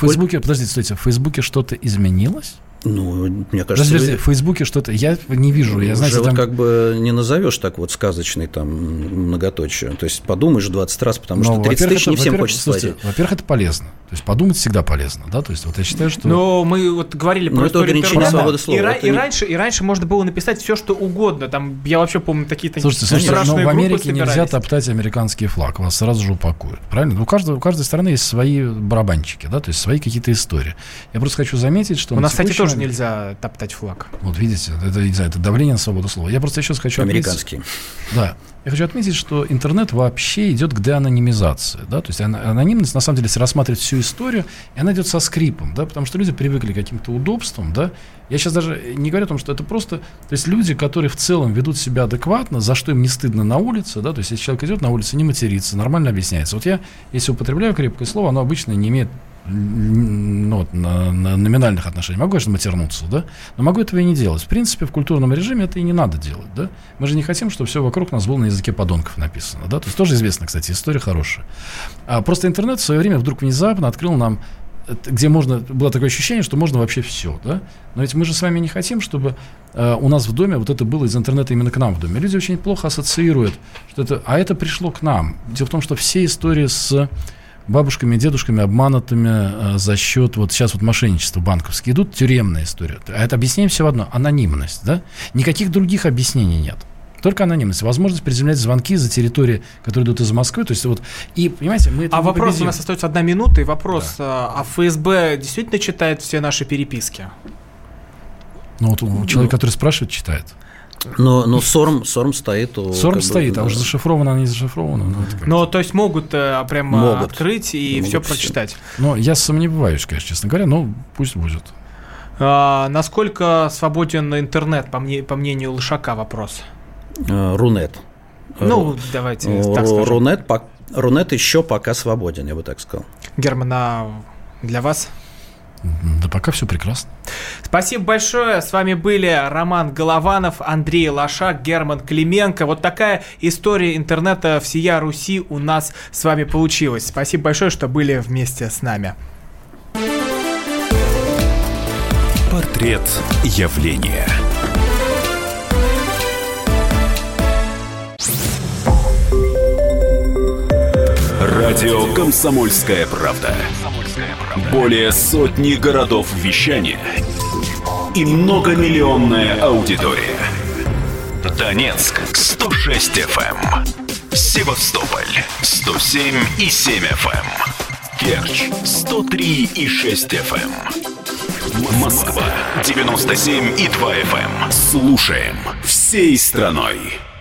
Speaker 4: В Фейсбуке что-то изменилось?
Speaker 3: Ну, мне кажется...
Speaker 4: Подождите, в Фейсбуке что-то... Я не вижу. Я, знаете,
Speaker 3: уже
Speaker 4: там...
Speaker 3: как бы не назовешь так вот сказочный там многоточие. То есть подумаешь 20 раз, потому что 30 тысяч не всем хочется платить.
Speaker 4: Во-первых, это полезно. То есть подумать всегда полезно. Да? То есть вот я считаю, что...
Speaker 2: Но мы вот говорили про историю
Speaker 3: интернета.
Speaker 2: И раньше можно было написать все, что угодно. Там, я вообще помню, такие
Speaker 4: страшные группы. Но в Америке нельзя топтать американский флаг. Вас сразу же упакуют. Правильно? У каждой страны есть свои барабанчики, да? То есть свои какие-то истории. Я просто хочу заметить, что...
Speaker 2: У нас, кстати, тоже нельзя топтать флаг.
Speaker 4: Вот видите, это давление на свободу слова. Я просто еще хочу
Speaker 3: американский.
Speaker 4: Да. Я хочу отметить, что интернет вообще идет к деанонимизации. Да? То есть анонимность, на самом деле, если рассматривать всю историю, и она идет со скрипом, да? Потому что люди привыкли к каким-то удобствам. Да? Я сейчас даже не говорю о том, что это просто... То есть люди, которые в целом ведут себя адекватно, за что им не стыдно на улице, да? То есть если человек идет на улице, не матерится, нормально объясняется. Вот я, если употребляю крепкое слово, оно обычно не имеет на номинальных отношениях. Могу, конечно, матернуться, да? Но могу этого и не делать. В принципе, в культурном режиме это и не надо делать, да? Мы же не хотим, чтобы все вокруг нас было на языке подонков написано, да? То есть тоже известно, кстати, история хорошая. Просто интернет в свое время вдруг внезапно открыл нам, где было такое ощущение, что можно вообще все, да? Но ведь мы же с вами не хотим, чтобы у нас в доме вот это было из интернета именно к нам в доме. Люди очень плохо ассоциируют, что это пришло к нам. Дело в том, что все истории с бабушками и дедушками, обманутыми за счет вот сейчас вот мошенничества банковские идут, тюремная история. А это объяснение все в одно. Анонимность, да? Никаких других объяснений нет. Только анонимность. Возможность приземлять звонки за территории, которые идут из Москвы. То есть вот, и, понимаете, мы это
Speaker 2: вопрос, победим. У нас остается 1 минута, и вопрос, да. А ФСБ действительно читает все наши переписки?
Speaker 4: Ну, вот человек, который спрашивает, читает.
Speaker 3: Но СОРМ стоит.
Speaker 4: СОРМ стоит, а уже зашифровано, она не зашифрована.
Speaker 2: Ну, то есть могут прямо открыть и все прочитать.
Speaker 4: Ну, я сомневаюсь, конечно, честно говоря, но пусть будет.
Speaker 2: Насколько свободен интернет, по мнению Лошака, вопрос?
Speaker 3: Рунет.
Speaker 2: Ну, давайте так скажем.
Speaker 3: Рунет еще пока свободен, я бы так сказал.
Speaker 2: Герман, для вас?
Speaker 4: Да пока все прекрасно.
Speaker 2: Спасибо большое. С вами были Роман Голованов, Андрей Лошак, Герман Клименко. Вот такая история интернета всея Руси у нас с вами получилась. Спасибо большое, что были вместе с нами.
Speaker 5: Портрет явления. Радио «Комсомольская правда». Более сотни городов вещания и многомиллионная аудитория. Донецк 106 FM, Севастополь 107,7 FM, Керчь 103,6 FM, Москва 97,2 FM. Слушаем всей страной.